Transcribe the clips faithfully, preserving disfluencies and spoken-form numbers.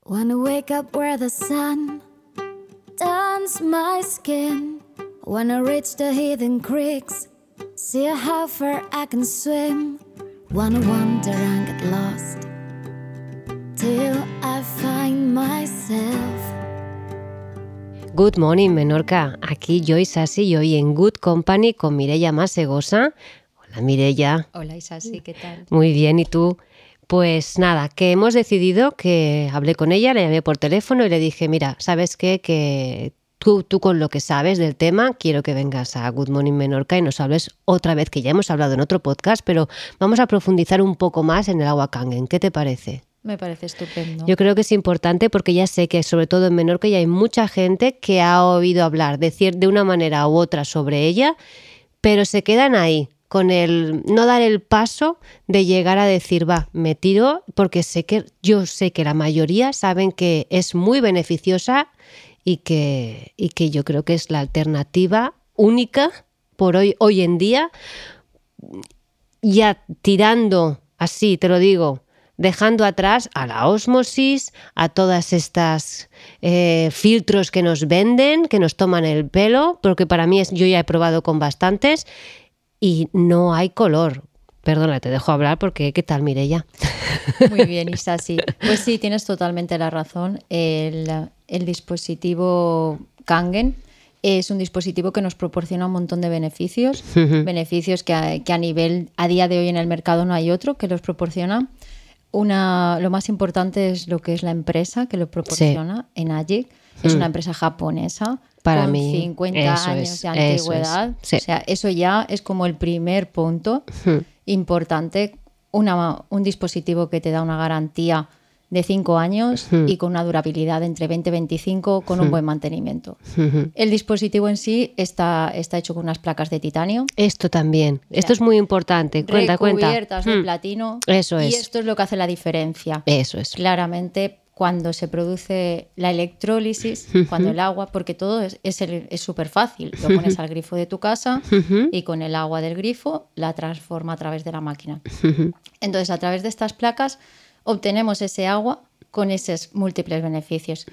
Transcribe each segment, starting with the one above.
Wanna wake up where the sun turns my skin. Wanna reach the hidden creeks, see how far I can swim. Wanna wander and get lost till I find myself. Good morning, Menorca. Aquí Joy Sassi y hoy en Good Company con Mireia Masegosa. Hola, Mireia. Hola, Isasi, ¿qué tal? Muy bien, ¿y tú? Pues nada, que hemos decidido que hablé con ella, le llamé por teléfono y le dije, mira, ¿sabes qué? Que tú, tú con lo que sabes del tema, quiero que vengas a Good Morning Menorca y nos hables otra vez, que ya hemos hablado en otro podcast, pero vamos a profundizar un poco más en el agua Kangen. ¿Qué te parece? Me parece estupendo. Yo creo que es importante porque ya sé que sobre todo en Menorca ya hay mucha gente que ha oído hablar, decir de una manera u otra sobre ella, pero se quedan ahí con el no dar el paso de llegar a decir, va, me tiro, porque sé que yo sé que la mayoría saben que es muy beneficiosa y que, y que yo creo que es la alternativa única por hoy, hoy en día, ya tirando así, te lo digo, dejando atrás a la ósmosis, a todas estas eh, filtros que nos venden, que nos toman el pelo, porque para mí es, yo ya he probado con bastantes y no hay color. Perdona, te dejo hablar porque ¿qué tal, Mireia? Muy bien, Isasi. Pues sí, tienes totalmente la razón. El, el dispositivo Kangen es un dispositivo que nos proporciona un montón de beneficios, uh-huh. beneficios que a, que a nivel, a día de hoy en el mercado no hay otro que los proporciona. Una, lo más importante es lo que es la empresa que lo proporciona, sí. Enagic. Es mm. una empresa japonesa Para con mí, cincuenta años es, de antigüedad. Eso es, sí. O sea, eso ya es como el primer punto mm. importante. Una, un dispositivo que te da una garantía de cinco años mm. y con una durabilidad de entre veinte y veinticinco con un mm. buen mantenimiento. Mm-hmm. El dispositivo en sí está, está hecho con unas placas de titanio. Esto también. O sea, esto es muy importante. Cuenta, cuenta. Recubiertas de mm. platino. Eso es. Y esto es lo que hace la diferencia. Eso es. Claramente, cuando se produce la electrólisis, uh-huh. cuando el agua, porque todo es es súper fácil, lo pones al grifo de tu casa uh-huh. y con el agua del grifo la transforma a través de la máquina. Uh-huh. Entonces, a través de estas placas obtenemos ese agua con esos múltiples beneficios.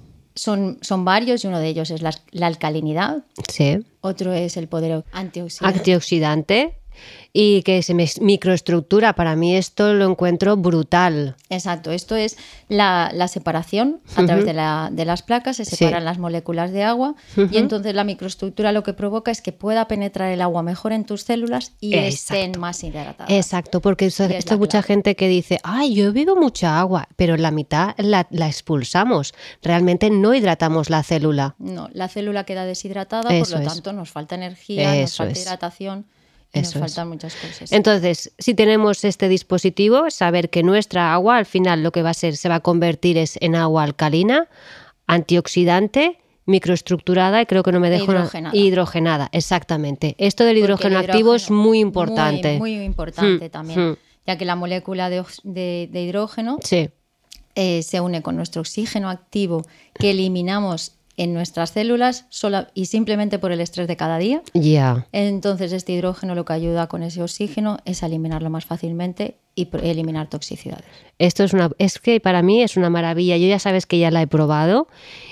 Son, son varios y uno de ellos es la, la alcalinidad, sí. otro es el poder antioxidante. Antioxidante. Y que se me microestructura, para mí esto lo encuentro brutal. Exacto, esto es la, la separación a uh-huh. través de, la, de las placas, se separan sí. las moléculas de agua uh-huh. y entonces la microestructura lo que provoca es que pueda penetrar el agua mejor en tus células y Exacto. estén más hidratadas. Exacto, porque esto hay mucha gente que dice, ay, yo he bebido mucha agua, pero la mitad la, la expulsamos, realmente no hidratamos la célula. No, la célula queda deshidratada, Eso por lo es. tanto nos falta energía, Eso nos falta es. hidratación. Y Eso nos faltan es. muchas cosas. Entonces, si tenemos este dispositivo, saber que nuestra agua al final lo que va a ser, se va a convertir es en agua alcalina, antioxidante, microestructurada y creo que no me dejo hidrogenada. Una, hidrogenada, exactamente. Esto del hidrógeno, hidrógeno activo es muy importante. Muy, muy importante mm, también, mm. ya que la molécula de, de, de hidrógeno sí. eh, se une con nuestro oxígeno activo que eliminamos en nuestras células sola y simplemente por el estrés de cada día. Yeah. Entonces este hidrógeno lo que ayuda con ese oxígeno es a eliminarlo más fácilmente y eliminar toxicidades. Esto es una, es que para mí es una maravilla. Yo ya sabes que ya la he probado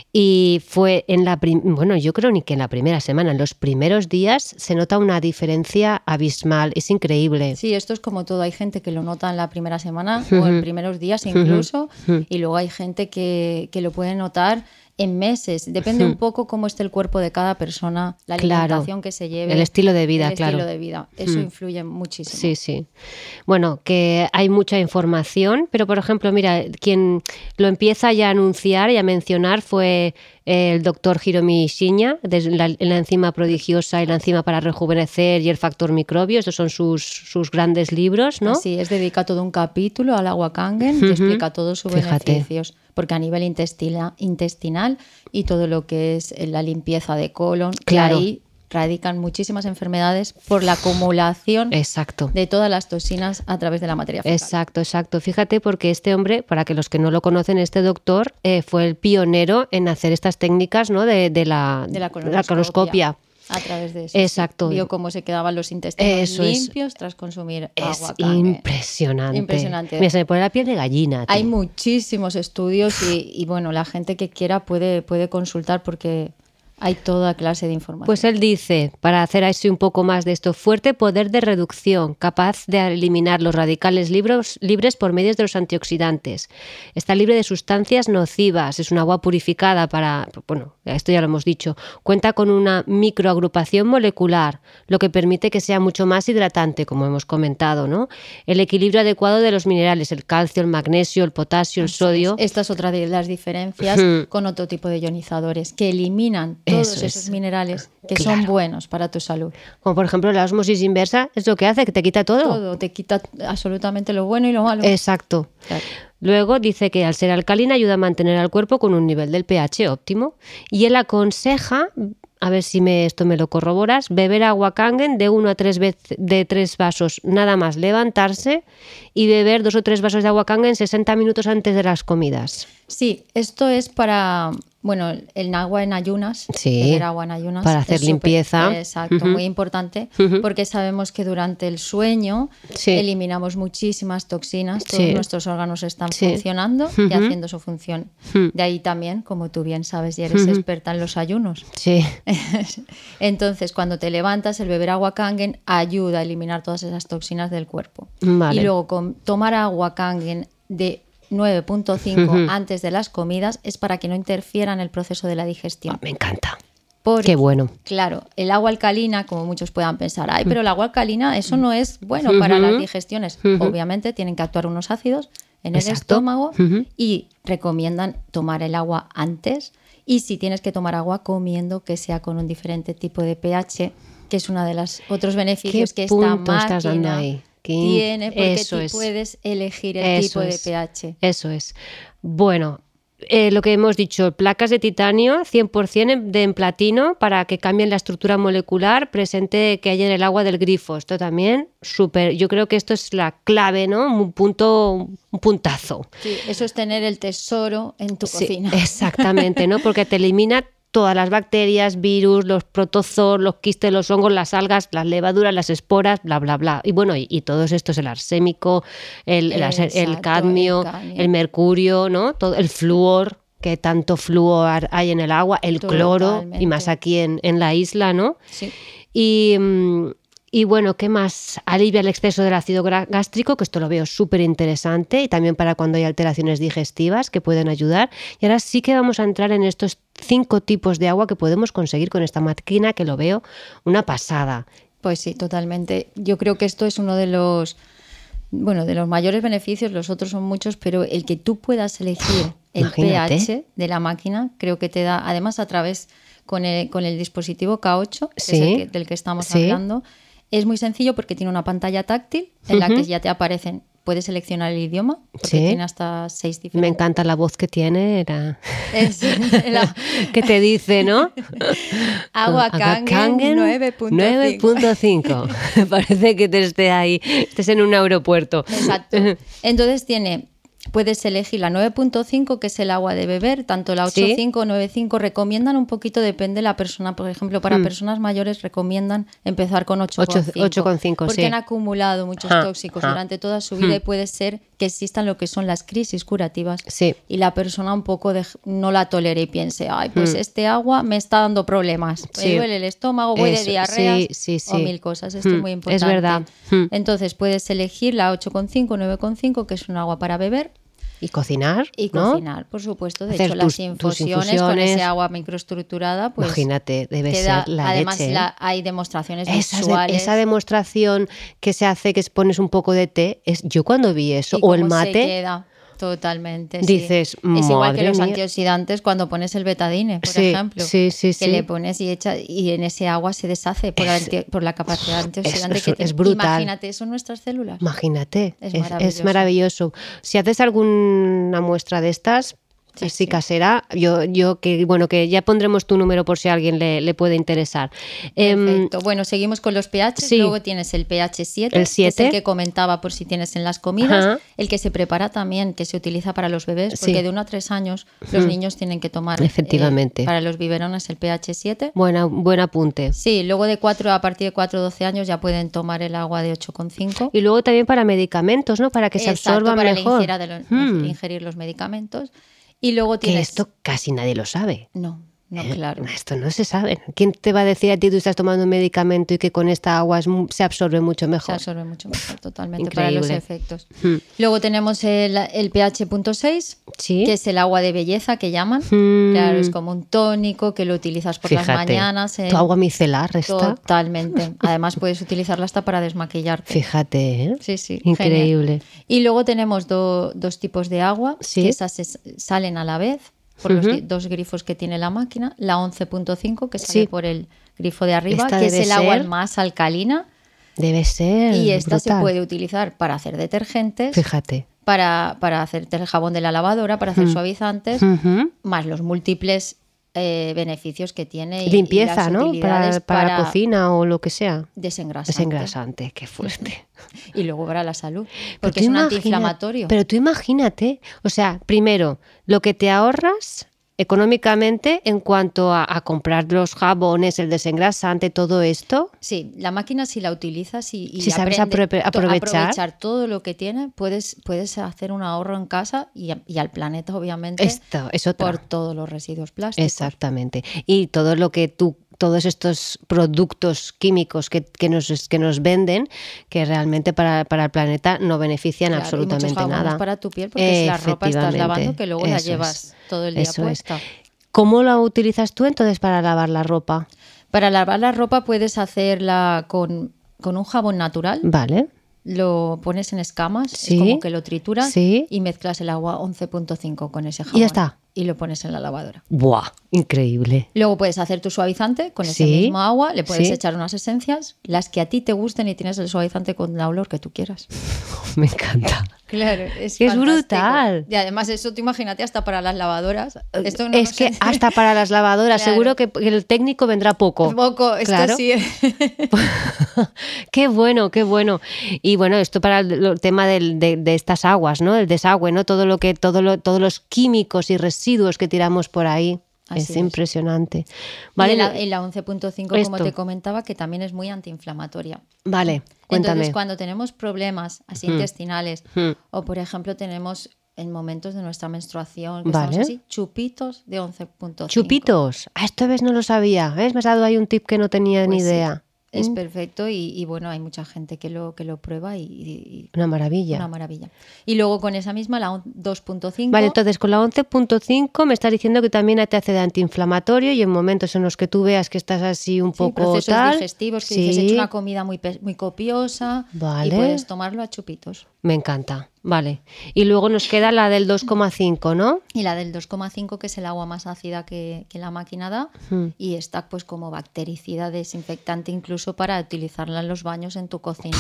y fue en la prim, bueno, yo creo ni que en la primera semana, en los primeros días se nota una diferencia abismal, es increíble. Sí, esto es como todo, hay gente que lo nota en la primera semana uh-huh. o en primeros días incluso uh-huh. y luego hay gente que, que lo puede notar en meses, depende uh-huh. un poco cómo esté el cuerpo de cada persona, la alimentación claro. que se lleve, el estilo de vida, el claro. estilo de vida, eso uh-huh. influye muchísimo. Sí, sí. Bueno, que hay mucha información, pero por ejemplo, mira, quien lo empieza ya a anunciar y a mencionar fue el doctor Hiromi Shinya, de la, la enzima prodigiosa y la enzima para rejuvenecer y el factor microbio, estos son sus, sus grandes libros, ¿no? Sí, es dedica todo un capítulo al agua Kangen uh-huh. y explica todos sus Fíjate. beneficios, porque a nivel intestina, intestinal y todo lo que es la limpieza de colon, claro. que ahí radican muchísimas enfermedades por la acumulación exacto. de todas las toxinas a través de la materia fecal. Exacto, exacto. Fíjate, porque este hombre, para que los que no lo conocen, este doctor eh, fue el pionero en hacer estas técnicas, ¿no? de, de, la, de la colonoscopia. La colonoscopia. A través de eso. Exacto. Sí. Vio cómo se quedaban los intestinos eso limpios es, tras consumir es agua Kangen. Impresionante. Impresionante. Mira, se me pone la piel de gallina. Tío. Hay muchísimos estudios y, y bueno, la gente que quiera puede, puede consultar porque hay toda clase de información. Pues él dice, para hacer así un poco más de esto, fuerte poder de reducción, capaz de eliminar los radicales libres, libres por medio de los antioxidantes. Está libre de sustancias nocivas, es un agua purificada para, bueno, esto ya lo hemos dicho, cuenta con una microagrupación molecular, lo que permite que sea mucho más hidratante, como hemos comentado, ¿no? El equilibrio adecuado de los minerales, el calcio, el magnesio, el potasio, el Así sodio. Es. Esta es otra de las diferencias Hmm. con otro tipo de ionizadores que eliminan todos Eso esos es. minerales que Claro. son buenos para tu salud. Como por ejemplo la osmosis inversa, es lo que hace, que te quita todo. Todo, te quita absolutamente lo bueno y lo malo. Exacto. Claro. Luego dice que al ser alcalina ayuda a mantener al cuerpo con un nivel del pH óptimo y él aconseja, a ver si me, esto me lo corroboras, beber agua Kangen de uno a tres veces, de tres vasos nada más levantarse y beber dos o tres vasos de agua Kangen sesenta minutos antes de las comidas. Sí, esto es para, bueno, el agua en ayunas, Sí, beber agua en ayunas. para hacer es súper- limpieza. Exacto, Ujú. muy importante, Ujú. porque sabemos que durante el sueño Sí. eliminamos muchísimas toxinas, todos Sí. nuestros órganos están Sí. funcionando y Ujú. haciendo su función. Ujú. De ahí también, como tú bien sabes y eres Ujú. experta en los ayunos. Sí, Entonces, cuando te levantas, el beber agua Kangen ayuda a eliminar todas esas toxinas del cuerpo. Vale. Y luego con tomar agua Kangen de nueve punto cinco Ujú. antes de las comidas es para que no interfiera en el proceso de la digestión. me encanta. Porque, Qué bueno. Claro, el agua alcalina, como muchos puedan pensar, ay, pero el agua alcalina, eso no es bueno para Ujú. las digestiones. Ujú. Obviamente tienen que actuar unos ácidos en Exacto. el estómago Ujú. y recomiendan tomar el agua antes. Y si tienes que tomar agua comiendo, que sea con un diferente tipo de pH, que es uno de los otros beneficios ¿Qué que esta punto estás dando máquina ahí? ¿Qué? tiene, porque Eso tú es. puedes elegir el Eso tipo es. de pH. Eso es. Bueno, eh, lo que hemos dicho, placas de titanio cien por ciento en- de en platino para que cambien la estructura molecular presente que hay en el agua del grifo. Esto también, súper, yo creo que esto es la clave, ¿no? Un punto, un puntazo. Sí, eso es tener el tesoro en tu Sí, cocina. exactamente, ¿no? Porque te elimina todas las bacterias, virus, los protozoos, los quistes, los hongos, las algas, las levaduras, las esporas, bla, bla, bla. Y bueno, y, y todo esto es el arsénico, el, el, arse- el Exacto, cadmio, el cadmio. el mercurio, ¿no? Todo, el flúor, que tanto flúor hay en el agua, el cloro, Totalmente. y más aquí en, en la isla, ¿no? Sí. Y, mm, y bueno, ¿qué más? Alivia el exceso del ácido gra- gástrico, que esto lo veo súper interesante, y también para cuando hay alteraciones digestivas que pueden ayudar. Y ahora sí que vamos a entrar en estos cinco tipos de agua que podemos conseguir con esta máquina, que lo veo una pasada. Pues sí, totalmente. Yo creo que esto es uno de los, bueno, de los mayores beneficios. Los otros son muchos, pero el que tú puedas elegir el Imagínate. pH de la máquina, creo que te da, además a través con el, con el dispositivo K ocho, que Sí. es el que- del que estamos Sí. hablando, es muy sencillo porque tiene una pantalla táctil en la Ujú. que ya te aparecen. Puedes seleccionar el idioma, porque Sí. tiene hasta seis diferentes. Me encanta la voz que tiene, era... Es la- que te dice, ¿no? Agua Kangen nueve punto cinco. Parece que te esté ahí, estés en un aeropuerto. Exacto. Entonces tiene, puedes elegir la nueve punto cinco, que es el agua de beber, tanto la ocho punto cinco o nueve punto cinco recomiendan un poquito, depende de la persona. Por ejemplo, para personas mayores recomiendan empezar con ocho punto cinco. ocho punto cinco, porque sí. han acumulado muchos Ja, tóxicos ja. durante toda su vida y puede ser que existan lo que son las crisis curativas Sí. y la persona un poco de- no la tolere y piense, ay, pues este agua me está dando problemas, me Sí. duele el estómago, voy de Eso, diarreas sí, sí, o sí. mil cosas. Esto es Mm, muy es importante. verdad. Mm. Entonces puedes elegir la ocho punto cinco, nueve punto cinco, que es un agua para beber, Y cocinar, y ¿no? cocinar, por supuesto. De Hacer hecho, tus- las tus infusiones, con infusiones. ese agua microestructurada, pues Imagínate, debe queda- ser la además leche, ¿eh? la- hay demostraciones Esa, de- visuales. esa demostración que se hace, que pones un poco de té, es yo cuando vi eso, y o el cómo se mate, queda. Totalmente. sí. Dices, es igual que madre los mía. antioxidantes cuando pones el betadine, por Sí, ejemplo. sí, sí, que sí. le pones y echa y en ese agua se deshace por, Es- anti- por la capacidad antioxidante es- que es tiene. brutal. Imagínate eso en nuestras células. imagínate, Es es, es maravilloso. maravilloso. Si haces alguna muestra de estas, Sí, así sí. casera. Yo, yo que bueno, que ya pondremos tu número por si a alguien le, le puede interesar. Em, Perfecto. Bueno, seguimos con los pH. sí. Luego tienes el pH siete, El siete. que es el que comentaba por si tienes en las comidas. Ajá. El que se prepara también, que se utiliza para los bebés, porque Sí. de uno a tres años los niños tienen que tomar. Efectivamente. eh, para los biberones el pH siete. buena, buen apunte. Sí, luego de cuatro a partir de cuatro a doce años ya pueden tomar el agua de ocho coma cinco. Y luego también para medicamentos, ¿no? Para que se Exacto, absorba para mejor. La ingera de los- Hmm. ingerir los medicamentos. Y luego Que tienes. esto casi nadie lo sabe. No, no, Eh, claro. Esto no se sabe. ¿Quién te va a decir a ti tú estás tomando un medicamento y que con esta agua es mu- se absorbe mucho Se mejor? absorbe mucho mejor, totalmente, para los Increíble. efectos. Hmm. Luego tenemos el, el pH punto seis, Sí. que es el agua de belleza que llaman. Hmm. Claro, es como un tónico que lo utilizas por Fíjate, las mañanas. eh, tu agua micelar está. Totalmente. Además puedes utilizarla hasta para desmaquillarte. Fíjate, ¿eh? Sí, sí. Increíble. genial. Y luego tenemos do- dos tipos de agua, Sí. que esas es- salen a la vez por los Ujú. di- dos grifos que tiene la máquina. La once punto cinco, que sale Sí. por el grifo de arriba, Esta que es debe el agua ser- más alcalina. Debe ser. Y esta se brutal. puede utilizar para hacer detergentes, Fíjate. para, para hacer el jabón de la lavadora, para hacer Mm. suavizantes, Ujú. más los múltiples eh, beneficios que tiene. y- y Limpieza, las ¿no? Para, utilidades para la cocina o lo que sea. Desengrasante. Desengrasante, qué fuerte. Y luego para la salud, Pero porque tú es un imagina- antiinflamatorio. Pero tú imagínate, o sea, primero, lo que te ahorras económicamente en cuanto a, a comprar los jabones, el desengrasante, todo esto. Sí, la máquina si la utilizas y, y Si sabes aprende apro- to- aprovechar. aprovechar todo lo que tiene, puedes, puedes hacer un ahorro en casa y, a- y al planeta, obviamente, Esto es otra. por todos los residuos plásticos. Exactamente. Y todo lo que tú, todos estos productos químicos que, que, nos, que nos venden, que realmente para, para el planeta no benefician Claro, y absolutamente muchos jabones nada. para tu piel, porque es la ropa estás Efectivamente, lavando que luego la eso llevas es. todo el día Eso es. puesta. ¿Cómo lo utilizas tú entonces para lavar la ropa? Para lavar la ropa puedes hacerla con, con un jabón natural. Vale. Lo pones en escamas, Sí. es como que lo trituras Sí. y mezclas el agua once punto cinco con ese jabón. Y ya está. Y lo pones en la lavadora. ¡Buah! Increíble. Luego puedes hacer tu suavizante con ese Sí. mismo agua, le puedes Sí. echar unas esencias, las que a ti te gusten y tienes el suavizante con la olor que tú quieras. Me encanta. Claro, es, Es fantástico. brutal. Y además eso, tú imagínate hasta para las lavadoras. Esto no es lo que sé. hasta para las lavadoras, Claro. seguro que el técnico vendrá poco. Poco, esto Claro. sí. Qué bueno, qué bueno. Y bueno, esto para el, el tema del- de, de estas aguas, ¿no? El desagüe, ¿no? Todo lo que, todo lo, todos los químicos y residuos que tiramos por ahí. Así es, es. impresionante. Vale, Vale, y la, y la once punto cinco, como Esto. te comentaba, que también es muy antiinflamatoria. vale, cuéntame. Entonces, cuando tenemos problemas así Mm. intestinales, Mm. o por ejemplo tenemos en momentos de nuestra menstruación, que Vale. estamos así, chupitos de once punto cinco. Chupitos. Ah, esto ves no lo sabía. ¿Ves? Me has dado ahí un tip que no tenía ni Pues sí, idea. es Mm, perfecto y, y bueno, hay mucha gente que lo, que lo prueba y, y- Una maravilla. una maravilla. Y luego con esa misma, la on- dos punto cinco. Vale, entonces con la once punto cinco me estás diciendo que también te hace de antiinflamatorio y en momentos en los que tú veas que estás así un Sí, poco procesos tal. digestivos, que sí, dices, he hecho una comida muy, pe- muy copiosa Vale. y puedes tomarlo a chupitos. me encanta. Vale. Y luego nos queda la del dos coma cinco, ¿no? Y la del dos coma cinco, que es el agua más ácida que, que la máquina da, Hmm. y está pues como bactericida, desinfectante incluso para utilizarla en los baños, en tu cocina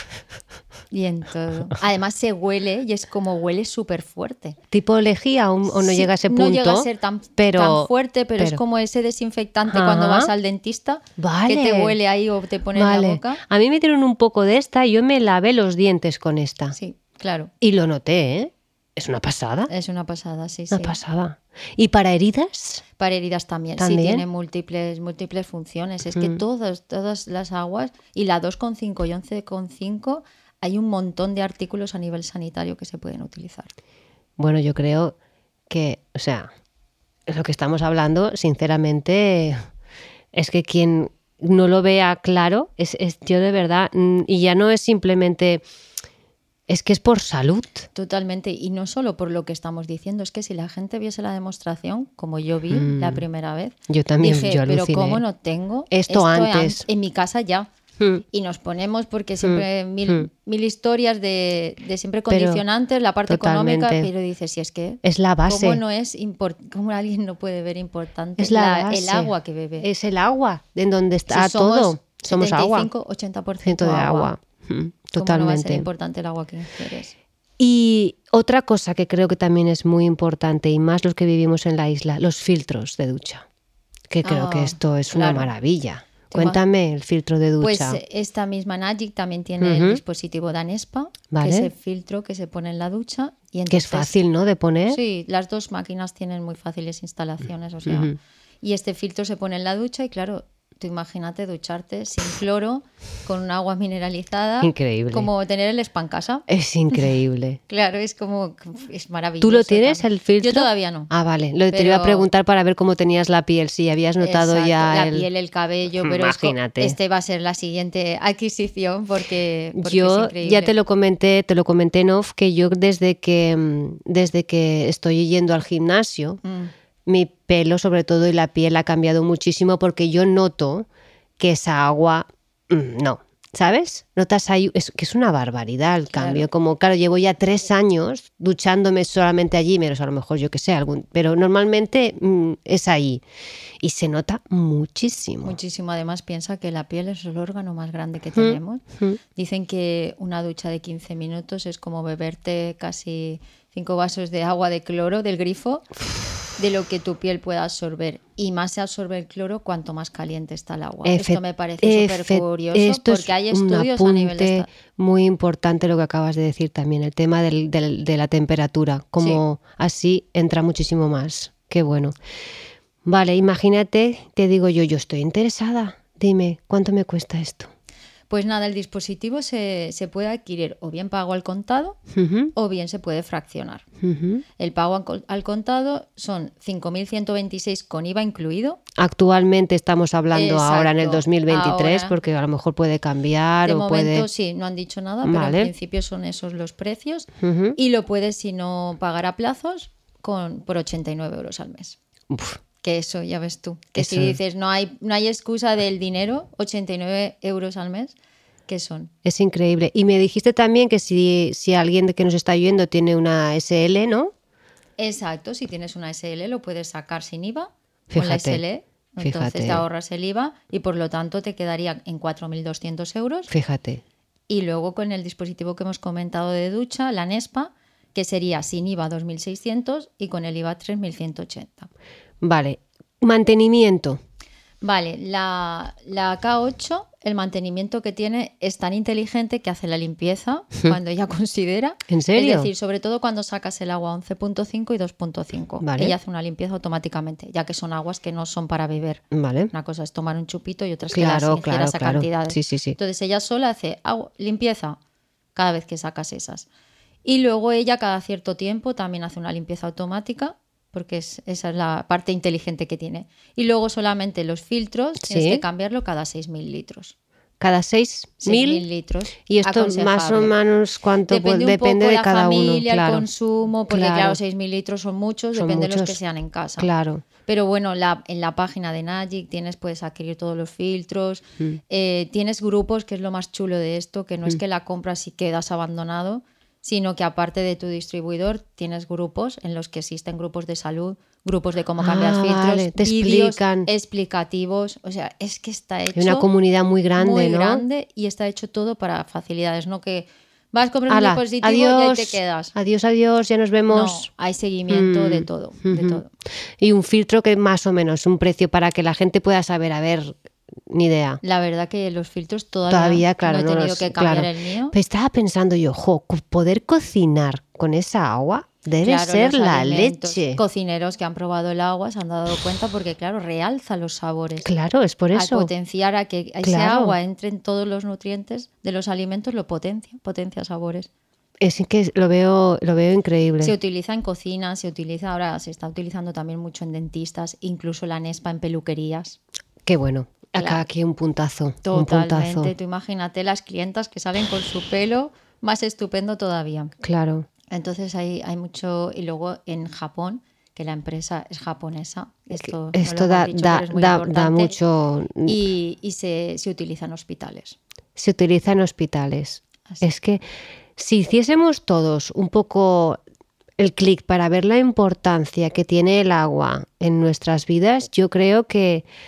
y en todo. Además se huele y es como huele súper fuerte. ¿Tipo lejía o, o no Sí, llega a ese punto? No llega a ser tan, pero, tan fuerte, pero, es pero- como ese desinfectante Ajá. cuando vas al dentista, Vale. que te huele ahí o te pone Vale. en la boca. A mí me dieron un poco de esta y yo me lavé los dientes con esta. Sí, claro. Y lo noté, ¿eh? Es una pasada. Es una pasada, sí, Una sí. pasada. ¿Y para heridas? Para heridas también, ¿También? sí, tiene múltiples, múltiples funciones. Es que Mm. todas, todas las aguas, y la dos coma cinco y once coma cinco, hay un montón de artículos a nivel sanitario que se pueden utilizar. Bueno, yo creo que, o sea, lo que estamos hablando, sinceramente, es que quien no lo vea claro, es, es yo de verdad, mm, y ya no es simplemente, es que es por salud. Totalmente, y no solo por lo que estamos diciendo, es que si la gente viese la demostración, como yo vi Mm. la primera vez, Yo también, dije, yo pero aluciné. ¿cómo no tengo Esto an- antes. en mi casa ya? Mm. Y nos ponemos, porque siempre Mm, mil, mm. mil historias de, de siempre Pero, condicionantes, la parte totalmente. económica, pero dices, si es que... Es la base. ¿Cómo, no es import- cómo alguien no puede ver importante Es la la- base. el agua que bebe? Es el agua, en donde está Si somos todo. Somos agua. setenta y cinco, ochenta por ciento Ciento de agua. agua. Mm, ¿Cómo no va a ser Totalmente. importante el agua que ingieres? Y otra cosa que creo que también es muy importante, y más los que vivimos en la isla, los filtros de ducha. Que creo Ah, que esto es claro. una maravilla. Cuéntame el filtro de ducha. Pues esta misma Nagic también tiene Ujú. el dispositivo Danespa, Vale. que es el filtro que se pone en la ducha. Y que es entonces, fácil, ¿no?, de poner. Sí, las dos máquinas tienen muy fáciles instalaciones, o sea, Ujú. y este filtro se pone en la ducha y claro, tú imagínate ducharte sin cloro, con un agua mineralizada. Increíble. Como tener el spa en casa. Es increíble. Claro, es como, es maravilloso. ¿Tú lo tienes, también. el filtro? Yo todavía no. Ah, vale. Lo te iba a Pero- preguntar para ver cómo tenías la piel, si habías notado Exacto, ya la el... piel, el cabello, pero es co- Imagínate. este va a ser la siguiente adquisición porque, porque es Yo increíble. ya te lo comenté, te lo comenté en off, que yo desde que, mm, desde que estoy yendo al gimnasio, Mm. mi pelo sobre todo y la piel ha cambiado muchísimo porque yo noto que esa agua, mm, no, ¿sabes? Notas ahí, es que es una barbaridad el Claro. cambio. Como, claro, llevo ya tres años duchándome solamente allí, menos a lo mejor yo que sé, algún, pero normalmente mm, es ahí. Y se nota muchísimo. Muchísimo. Además, piensa que la piel es el órgano más grande que tenemos. Mm. Dicen que una ducha de quince minutos es como beberte casi cinco vasos de agua de cloro del grifo, de lo que tu piel pueda absorber. Y más se absorbe el cloro cuanto más caliente está el agua. Efe- Esto me parece súper efe- curioso esto porque es hay un estudios a nivel de apunte esta- muy importante lo que acabas de decir también, el tema del- del- de la temperatura, como así entra muchísimo más. Qué bueno. Vale, imagínate, te digo yo, yo estoy interesada. Dime, ¿cuánto me cuesta esto? Pues nada, el dispositivo se, se puede adquirir o bien pago al contado Ujú, o bien se puede fraccionar. ujú. El pago al co- al contado son cinco mil ciento veintiséis con I V A incluido. Actualmente estamos hablando Exacto, ahora en el dos mil veintitrés, ahora. porque a lo mejor puede cambiar De o momento puede... sí, no han dicho nada, pero Vale. en principio son esos los precios. Ujú. Y lo puedes, si no, pagar a plazos con, por ochenta y nueve euros al mes. Uf, Que eso, ya ves tú. Que si Eso. dices, no hay, no hay excusa del dinero, ochenta y nueve euros al mes, ¿qué son? es increíble. Y me dijiste también que si, si alguien que nos está oyendo tiene una S L, ¿no? Exacto, si tienes una S L lo puedes sacar sin I V A con la Fíjate, S L. Entonces fíjate. te ahorras el I V A y por lo tanto te quedaría en cuatro mil doscientos euros. Fíjate. Y luego con el dispositivo que hemos comentado de ducha, la Nespa, que sería sin I V A dos mil seiscientos y con el I V A tres mil ciento ochenta. Vale. Mantenimiento. Vale, la, la K ocho, el mantenimiento que tiene es tan inteligente que hace la limpieza cuando ella considera. ¿En serio? Es decir, sobre todo cuando sacas el agua once punto cinco y dos punto cinco. Vale. Ella hace una limpieza automáticamente, ya que son aguas que no son para beber. Vale. Una cosa es tomar un chupito y otra es Claro, que las claro, ingieras a claro. cantidades. Sí, sí, sí. Entonces ella sola hace agua, limpieza cada vez que sacas esas. Y luego ella cada cierto tiempo también hace una limpieza automática, porque es, esa es la parte inteligente que tiene. Y luego solamente los filtros tienes Sí. que cambiarlo cada seis mil litros. Cada seis seis mil mil. litros. Y esto más o aconsejable. menos cuánto Depende, pues, un depende poco de la cada familia, uno. Claro. el consumo, porque Claro. claro, seis mil litros son muchos, Son depende de los muchos. que sean en casa. Claro. Pero bueno, la, en la página de Nagic tienes, puedes adquirir todos los filtros. Mm. Eh, tienes grupos, que es lo más chulo de esto, que no es que la compras y quedas abandonado, sino que aparte de tu distribuidor tienes grupos en los que existen grupos de salud, grupos de cómo cambiar Ah, filtros, vale, te vídeos explican. explicativos. O sea, es que está hecho Hay una comunidad muy grande, muy ¿no? grande y está hecho todo para facilidades, no que vas a comprar un Hala, dispositivo adiós, y ahí te quedas. adiós, adiós, ya nos No, vemos. hay seguimiento de Mm, todo, de ujú. todo. Y un filtro que más o menos, un precio para que la gente pueda saber, a ver, ni idea. La verdad que los filtros todavía, Todavía, claro, no he no tenido los- que cambiar claro. el mío. Pero estaba pensando yo, jo, co- poder cocinar con esa agua debe Claro, ser los la alimentos. leche. Cocineros que han probado el agua se han dado cuenta porque, claro, realza los sabores. Claro, es por Al eso. potenciar a que ese Claro. agua entre en todos los nutrientes de los alimentos, lo potencia, potencia sabores. Es que lo veo, lo veo increíble. Se utiliza en cocina, se utiliza ahora, se está utilizando también mucho en dentistas, incluso la Nespa en peluquerías. Qué bueno. Acá Claro. aquí un puntazo. Un Totalmente. puntazo. Tú imagínate las clientas que salen con su pelo más estupendo todavía. Claro. Entonces hay, hay mucho. Y luego en Japón, que la empresa es japonesa. Esto, no lo Esto hemos da, dicho, da, pero es muy da, da importante. mucho. Y, y se, se utiliza en hospitales. Se utiliza en hospitales. Así. Es que si hiciésemos todos un poco el clic para ver la importancia que tiene el agua en nuestras vidas, yo creo que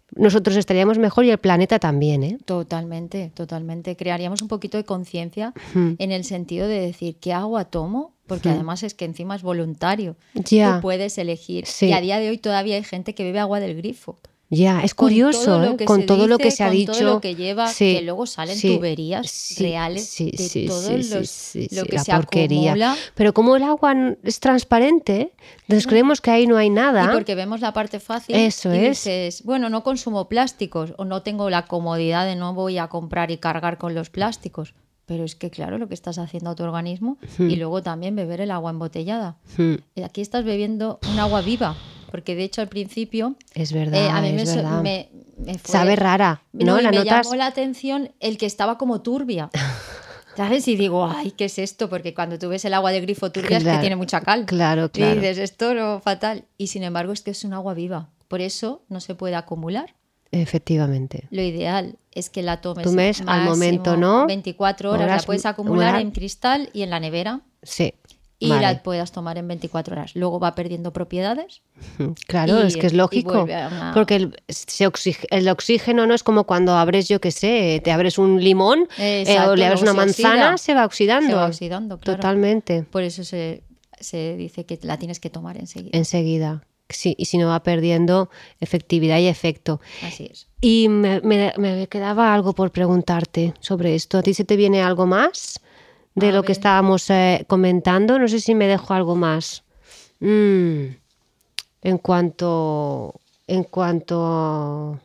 nosotros estaríamos mejor y el planeta también, ¿eh? Totalmente, totalmente. Crearíamos un poquito de conciencia Mm. en el sentido de decir, ¿qué agua tomo? Porque Mm. además es que encima es voluntario. Ya. Tú puedes elegir. Sí. Y a día de hoy todavía hay gente que bebe agua del grifo. Ya, es Con curioso, todo lo ¿eh? que Con se todo lo dice, que se ha con dicho. todo lo que lleva, Sí, que luego salen sí, tuberías sí, reales sí, de sí, todos sí, los, sí, sí, lo sí, que la se porquería. acumula. Pero como el agua n- es transparente, entonces creemos que ahí no hay nada. Y porque vemos la parte fácil Eso y es. dices, bueno, no consumo plásticos o no tengo la comodidad de no voy a comprar y cargar con los plásticos. Pero es que, claro, lo que estás haciendo a tu organismo y luego también beber el agua embotellada. Hmm. Eh, Aquí estás bebiendo un agua viva, porque de hecho al principio Es verdad, eh, a mí es me, so- verdad. me- me fue- Sabe rara, ¿no? y La me notas. llamó la atención el que estaba como turbia. ¿Sabes? Y digo, ay, ¿qué es esto? Porque cuando tú ves el agua de grifo turbia es Claro, que tiene mucha cal. claro, claro. Y dices, esto no, fatal. Y sin embargo es que es un agua viva. Por eso no se puede acumular. Efectivamente. Lo ideal es que la tomes Tomes al máximo momento, ¿no? veinticuatro horas. Horas, La puedes acumular horas. en cristal y en la nevera Sí. y vale. la puedas tomar en veinticuatro horas. Luego va perdiendo propiedades. Claro, y- es que es y lógico. vuelve a una- Porque el, se oxig- el oxígeno no es como cuando abres, yo qué sé, te abres un limón eh, Exacto, o le abres una luego se manzana, oxida. se va oxidando. Se va oxidando, claro. Totalmente. Por eso se, se dice que la tienes que tomar enseguida. Enseguida. Sí, y si no va perdiendo efectividad y efecto. Así es. Y me, me- me quedaba algo por preguntarte sobre esto. ¿A ti se te viene algo más de A lo que ver. estábamos eh, comentando? No sé si me dejo algo más. Mm, en cuanto... En cuanto...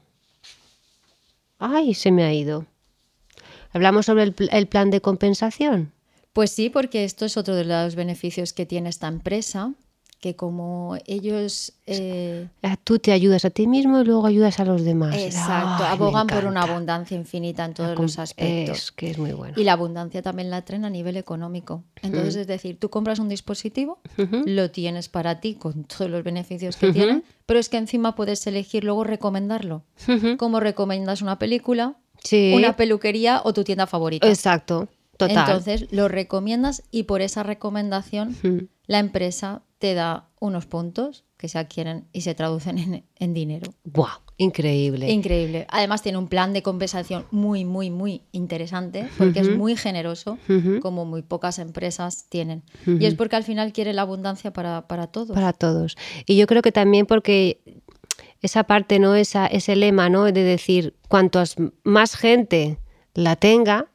Ay, se me ha ido. ¿Hablamos sobre el, pl- el plan de compensación? Pues sí, porque esto es otro de los beneficios que tiene esta empresa, que como ellos... eh, Ah, Tú te ayudas a ti mismo y luego ayudas a los demás. exacto, Ay, me abogan por una encanta. abundancia infinita en todos Com- los aspectos. Es que es muy bueno. Y la abundancia también la traen a nivel económico. Entonces, es decir, tú compras un dispositivo, lo tienes para ti con todos los beneficios que tiene, pero es que encima puedes elegir luego recomendarlo. Como recomiendas una película, Sí. una peluquería o tu tienda favorita. Exacto, total. Entonces, lo recomiendas y por esa recomendación Ujú. la empresa te da unos puntos que se adquieren y se traducen en, en dinero. ¡Buah! Increíble. Increíble. Además tiene un plan de compensación muy, muy, muy interesante porque es muy generoso, Ujú. como muy pocas empresas tienen. Y es porque al final quiere la abundancia para, para todos. Para todos. Y yo creo que también porque esa parte, ¿no? Esa, ese lema, ¿no? De decir, cuantos más gente la tenga,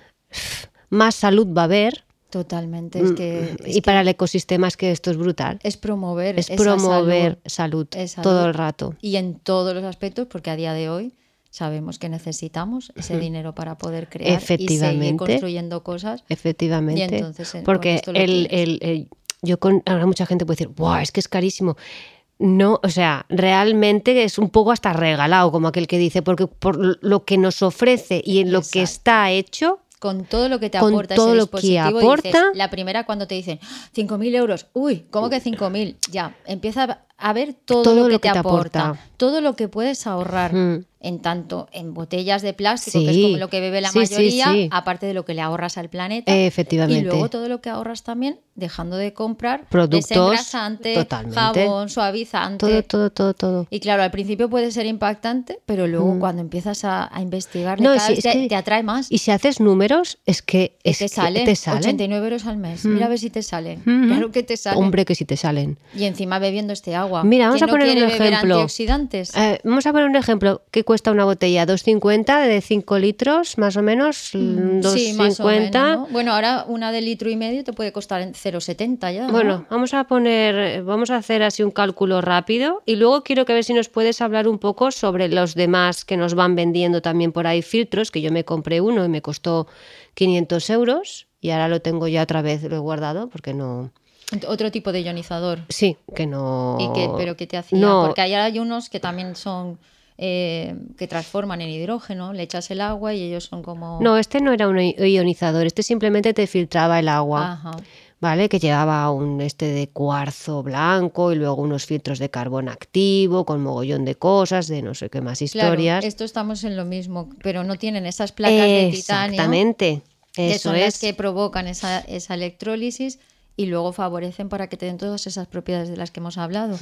más salud va a haber. Totalmente. Es que, es y para el ecosistema es que esto es brutal. es promover Es esa promover salud, salud, esa todo salud. el rato. Y en todos los aspectos, porque a día de hoy sabemos que necesitamos ese dinero para poder crear y seguir Efectivamente. construyendo cosas. Efectivamente. Y entonces, eh, con porque esto lo el, tienes. el- el- yo con, ahora mucha gente puede decir, ¡buah! Es que es carísimo. No, o sea, realmente es un poco hasta regalado, como aquel que dice, porque por lo que nos ofrece y en lo que Exacto. está hecho, Con todo lo que te Con aporta todo ese lo que dispositivo, aporta. dices, la primera cuando te dicen cinco mil euros, uy, ¿cómo que cinco mil? Ya, empieza a ver todo, Todo lo que lo te que te aporta, aporta. todo lo que puedes ahorrar, Mm. en tanto en botellas de plástico, que Sí. es como lo que bebe la Sí, sí, mayoría, sí. aparte de lo que le ahorras al planeta. Eh, efectivamente. Y luego todo lo que ahorras también dejando de comprar Productos, desengrasante, totalmente. jabón, suavizante. todo, todo, todo, todo. Y claro, al principio puede ser impactante, pero luego cuando empiezas a, a investigar, Mm. No, cada sí, vez es te, que- te atrae más. Y si haces números, es que, Y es te que sale, te salen. ochenta y nueve euros al mes. Mira a ver si te salen. Mm. Claro que te salen. Hombre, que si te salen. Y encima bebiendo este agua. Mira, vamos ¿Quién a poner no quiere un beber ejemplo. antioxidantes? Eh, vamos a poner un ejemplo. ¿Qué cuesta una botella? dos cincuenta de cinco litros, más o menos. dos sí, más o cincuenta. menos, ¿no? Bueno, ahora una de litro y medio te puede costar en cero coma setenta ya. ¿no? Bueno, vamos a poner, vamos a hacer así un cálculo rápido y luego quiero que ver si nos puedes hablar un poco sobre los demás que nos van vendiendo también por ahí filtros, que yo me compré uno y me costó quinientos euros y ahora lo tengo ya otra vez, lo he guardado porque no... Otro tipo de ionizador. Sí, que no... ¿Y qué, pero qué te hacía? No, Porque hay, hay unos que también son... eh, que transforman en hidrógeno, le echas el agua y ellos son como... no, este no era un ionizador, este simplemente te filtraba el agua. Ajá. ¿Vale? Que llevaba un este de cuarzo blanco y luego unos filtros de carbón activo con mogollón de cosas, de no sé qué más historias. Claro, esto estamos en lo mismo, pero no tienen esas placas de titanio. Exactamente, Que eso son es. las que provocan esa, esa electrólisis y luego favorecen para que te den todas esas propiedades de las que hemos hablado. Mm.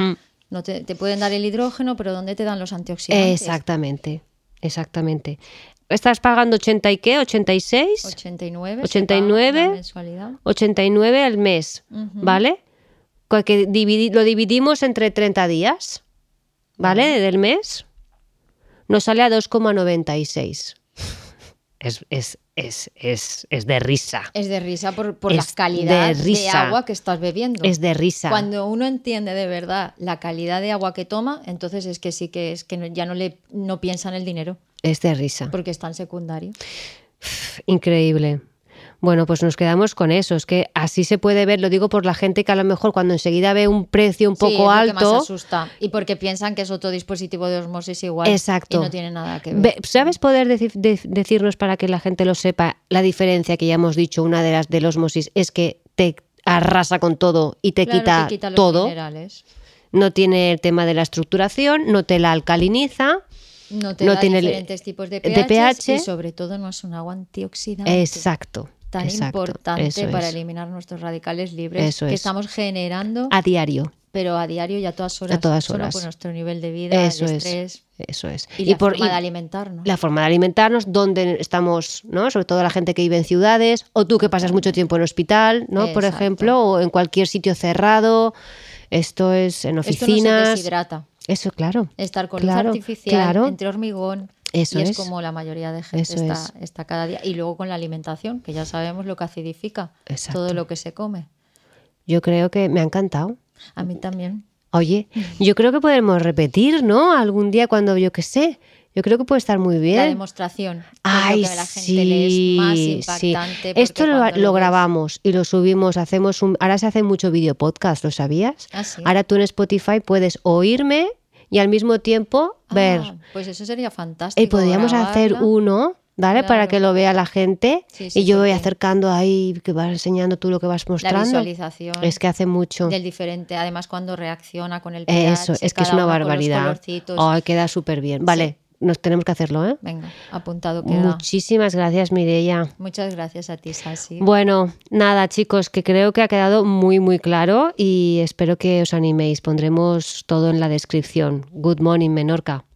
No te, te pueden dar el hidrógeno, pero ¿dónde te dan los antioxidantes? Exactamente, exactamente. ¿Estás pagando ochenta y qué? ¿ochenta y seis? ochenta y nueve. ochenta y nueve. Mensualidad. ochenta y nueve al mes, uh-huh. ¿Vale? Que dividi- lo dividimos entre treinta días, ¿vale? Uh-huh. Del mes. Nos sale a dos coma noventa y seis. Es, es, es, es, es de risa. Es de risa por, por la calidad de, de agua que estás bebiendo. Es de risa. Cuando uno entiende de verdad la calidad de agua que toma, entonces es que sí que es que no, ya no le no piensa en el dinero. Es de risa. Porque está en secundario. Increíble. Bueno, pues nos quedamos con eso. Es que así se puede ver, lo digo por la gente que a lo mejor cuando enseguida ve un precio un sí, poco es alto. Lo que más asusta. Y porque piensan que es otro dispositivo de osmosis igual. Exacto. Y no tiene nada que ver. ¿Sabes poder deci- de- decirnos para que la gente lo sepa la diferencia que ya hemos dicho? Una de las del osmosis es que te arrasa con todo y te claro, quita, te quita los todo. Minerales. No tiene el tema de la estructuración, no te la alcaliniza. No te no da tiene diferentes tipos de pH, de pH y sobre todo no es un agua antioxidante. Exacto. Tan exacto, importante para es. eliminar nuestros radicales libres eso que es. estamos generando a diario. Pero a diario y a todas horas. A todas solo horas. por nuestro nivel de vida, eso el estrés. Es, eso es. Y, y la por, forma y de alimentarnos. La forma de alimentarnos, donde estamos, ¿no? Sobre todo la gente que vive en ciudades, o tú que pasas mucho tiempo en hospital, ¿no? Exacto. Por ejemplo, o en cualquier sitio cerrado. Esto es en oficinas. Esto no se deshidrata. Eso, claro. Estar con claro, luz artificial, claro. entre hormigón. Eso y es, es como la mayoría de gente Eso está, es. está cada día. Y luego con la alimentación, que ya sabemos lo que acidifica. Exacto. Todo lo que se come. Yo creo que me ha encantado. A mí también. Oye, yo creo que podemos repetir, ¿no? Algún día cuando, yo qué sé, yo creo que puede estar muy bien. La demostración. Ay, es lo que a la gente sí, le es más impactante. Sí. Esto lo, lo, lo grabamos y lo subimos, hacemos un... Ahora se hace mucho video podcast, ¿lo sabías? ¿Ah, sí? Ahora tú en Spotify puedes oírme y al mismo tiempo ver. Ah, pues eso sería fantástico. Y podríamos grabarla. hacer uno, ¿vale? Claro. Para que lo vea la gente. Sí, sí, y yo voy porque acercando ahí, que vas enseñando tú lo que vas mostrando. La visualización. Es que hace mucho. Del diferente. Además, cuando reacciona con el pH. Eso, es que es una barbaridad. Ay, oh, queda súper bien. Vale. Sí. Nos tenemos que hacerlo, ¿eh? Venga, apuntado queda. Muchísimas gracias, Mireia. Muchas gracias a ti, Sasi. Bueno, nada, chicos, que creo que ha quedado muy, muy claro y espero que os animéis. Pondremos todo en la descripción. Good morning, Menorca.